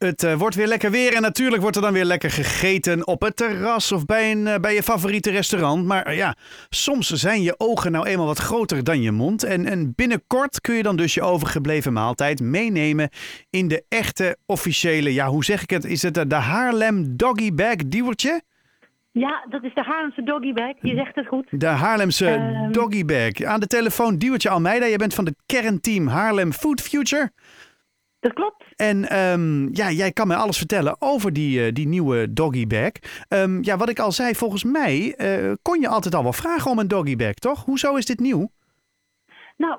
Het wordt weer lekker weer en natuurlijk wordt er dan weer lekker gegeten op het terras of bij je favoriete restaurant. Maar ja, soms zijn je ogen nou eenmaal wat groter dan je mond. En binnenkort kun je dan dus je overgebleven maaltijd meenemen in de echte officiële, ja hoe zeg ik het, is het de Haarlem Doggy Bag, Diewertje? Ja, dat is de Haarlemse Doggy Bag. Je zegt het goed. De Haarlemse Doggy Bag. Aan de telefoon Diewertje Almeida. Jij bent van het kernteam Haarlem Food Future. Dat klopt. En jij kan mij alles vertellen over die nieuwe Doggy Bag. Wat ik al zei, volgens mij kon je altijd al wel vragen om een Doggy Bag, toch? Hoezo is dit nieuw? Nou,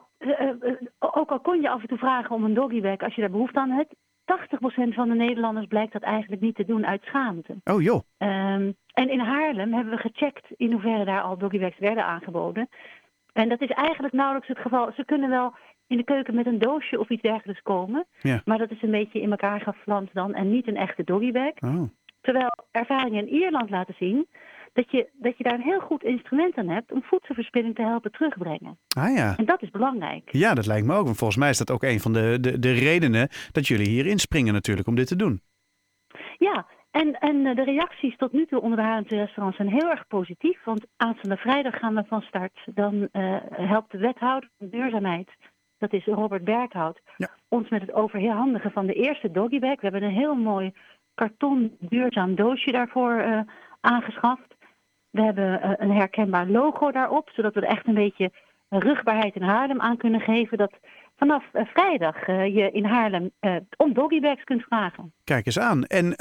ook al kon je af en toe vragen om een Doggy Bag als je daar behoefte aan hebt. 80% van de Nederlanders blijkt dat eigenlijk niet te doen uit schaamte. Oh joh. En in Haarlem hebben we gecheckt in hoeverre daar al Doggy Bags werden aangeboden. En dat is eigenlijk nauwelijks het geval. Ze kunnen wel in de keuken met een doosje of iets dergelijks komen. Ja. Maar dat is een beetje in elkaar geflanst dan en niet een echte Doggy Bag. Oh. Terwijl ervaringen in Ierland laten zien dat je daar een heel goed instrument aan hebt om voedselverspilling te helpen terugbrengen. Ah ja. En dat is belangrijk. Ja, dat lijkt me ook. Want volgens mij is dat ook een van de redenen dat jullie hier inspringen natuurlijk om dit te doen. Ja, en de reacties tot nu toe onder de Haarlemse restaurants zijn heel erg positief. Want aanstaande vrijdag gaan we van start. Dan helpt de wethouder van duurzaamheid, dat is Robert Berghout, ons met het overhandigen van de eerste Doggy Bag. We hebben een heel mooi karton duurzaam doosje daarvoor aangeschaft. We hebben een herkenbaar logo daarop, zodat we er echt een beetje rugbaarheid in Haarlem aan kunnen geven. Dat vanaf vrijdag je in Haarlem om Doggy Bags kunt vragen. Kijk eens aan. En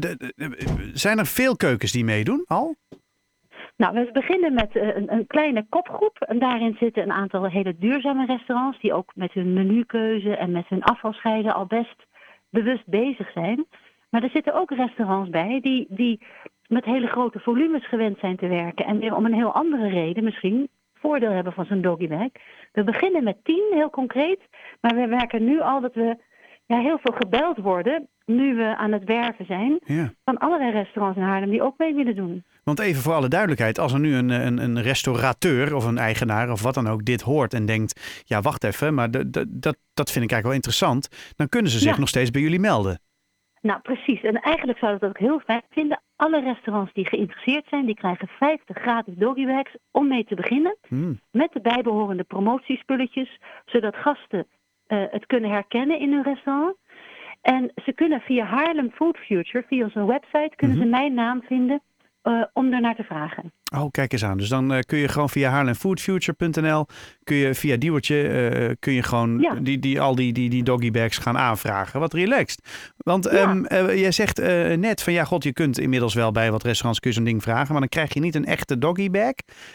zijn er veel keukens die meedoen al? Nou, we beginnen met een kleine kopgroep. En daarin zitten een aantal hele duurzame restaurants die ook met hun menukeuze en met hun afvalscheiden al best bewust bezig zijn. Maar er zitten ook restaurants bij die met hele grote volumes gewend zijn te werken. En weer om een heel andere reden misschien voordeel hebben van zo'n Doggy Bag. We beginnen met 10, heel concreet. Maar we merken nu al dat we heel veel gebeld worden, nu we aan het werven zijn, van allerlei restaurants in Haarlem die ook mee willen doen. Want even voor alle duidelijkheid, als er nu een restaurateur of een eigenaar of wat dan ook dit hoort en denkt, ja wacht even, maar dat vind ik eigenlijk wel interessant, dan kunnen ze zich nog steeds bij jullie melden. Nou precies, en eigenlijk zou ik dat ook heel fijn vinden. Alle restaurants die geïnteresseerd zijn, die krijgen 50 gratis Doggy Bags om mee te beginnen. Met de bijbehorende promotiespulletjes, zodat gasten het kunnen herkennen in hun restaurant. En ze kunnen via Haarlem Food Future, via onze website, kunnen ze mijn naam vinden om ernaar te vragen. Oh, kijk eens aan. Dus dan kun je gewoon via haarlemfoodfuture.nl, kun je via Diewertje, kun je gewoon die Doggy Bags gaan aanvragen. Wat relaxed. Want jij zegt net van je kunt inmiddels wel bij wat restaurants kun je zo'n ding vragen, maar dan krijg je niet een echte Doggy Bag.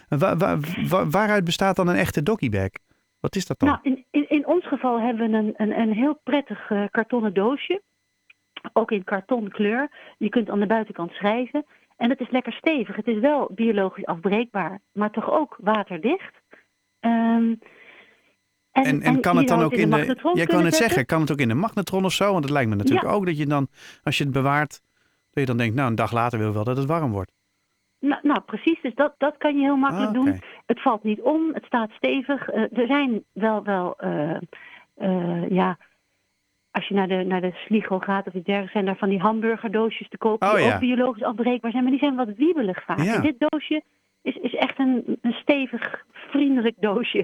Waaruit bestaat dan een echte Doggy Bag? Wat is dat dan? Nou, in ons geval hebben we een heel prettig kartonnen doosje. Ook in kartonkleur. Je kunt aan de buitenkant schrijven. En het is lekker stevig. Het is wel biologisch afbreekbaar, maar toch ook waterdicht. En kan het dan ook in de... Jij kan het zeggen, kan het ook in de magnetron of zo? Want het lijkt me natuurlijk ook dat je dan, als je het bewaart, dat je dan denkt, nou een dag later wil wel dat het warm wordt. Nou precies, dus dat kan je heel makkelijk doen. Het valt niet om, het staat stevig. Er zijn wel als je naar de Sligo gaat of iets dergelijks, zijn daar van die hamburgerdoosjes te kopen die ook biologisch afbreekbaar zijn. Maar die zijn wat wiebelig vaak. Ja. En dit doosje is echt een stevig, vriendelijk doosje.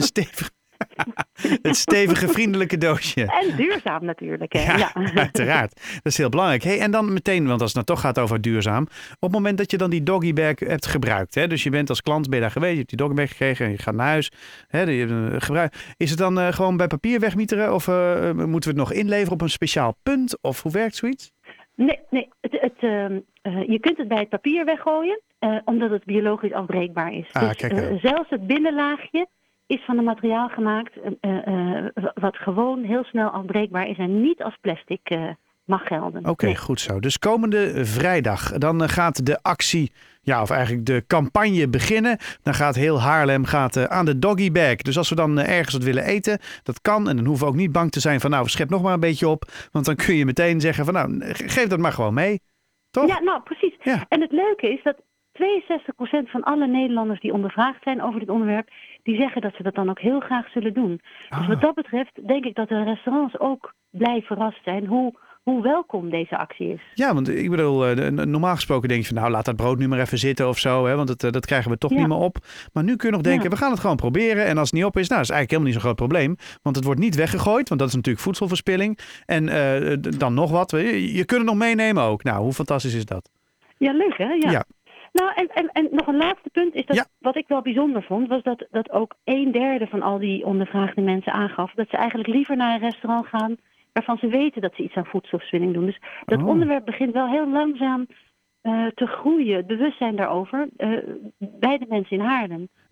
Het stevige, vriendelijke doosje. En duurzaam natuurlijk. Hè? Ja, uiteraard. Dat is heel belangrijk. Hey, en dan meteen, want als het nou toch gaat over duurzaam, op het moment dat je dan die Doggy Bag hebt gebruikt, hè, dus je bent als klant, ben je daar geweest, je hebt die Doggy Bag gekregen en je gaat naar huis, hè, je hebt hem gebruikt. Is het dan gewoon bij papier wegmieteren of moeten we het nog inleveren op een speciaal punt? Of hoe werkt zoiets? Nee. Je kunt het bij het papier weggooien, omdat het biologisch afbreekbaar is. Dus zelfs het binnenlaagje is van een materiaal gemaakt wat gewoon heel snel afbreekbaar is en niet als plastic mag gelden. Oké, goed zo. Dus komende vrijdag, dan gaat de actie, of eigenlijk de campagne beginnen. Dan gaat heel Haarlem aan de Doggy Bag. Dus als we dan ergens wat willen eten, dat kan. En dan hoeven we ook niet bang te zijn van, schep nog maar een beetje op. Want dan kun je meteen zeggen van, geef dat maar gewoon mee. Toch? Ja, nou precies. Ja. En het leuke is dat 62% van alle Nederlanders die ondervraagd zijn over dit onderwerp, die zeggen dat ze dat dan ook heel graag zullen doen. Dus wat dat betreft denk ik dat de restaurants ook blij verrast zijn hoe hoe welkom deze actie is. Ja, want ik bedoel, normaal gesproken denk je van nou, laat dat brood nu maar even zitten of zo. Hè, want dat krijgen we toch niet meer op. Maar nu kun je nog denken, we gaan het gewoon proberen. En als het niet op is, nou, dat is eigenlijk helemaal niet zo'n groot probleem. Want het wordt niet weggegooid, want dat is natuurlijk voedselverspilling. En dan nog wat. Je kunt het nog meenemen ook. Nou, hoe fantastisch is dat? Ja, leuk hè? Ja. Nou, en nog een laatste punt is dat wat ik wel bijzonder vond, was dat ook 1/3 van al die ondervraagde mensen aangaf dat ze eigenlijk liever naar een restaurant gaan waarvan ze weten dat ze iets aan voedselverspilling doen. Dus dat onderwerp begint wel heel langzaam te groeien, het bewustzijn daarover, bij de mensen in Haarlem.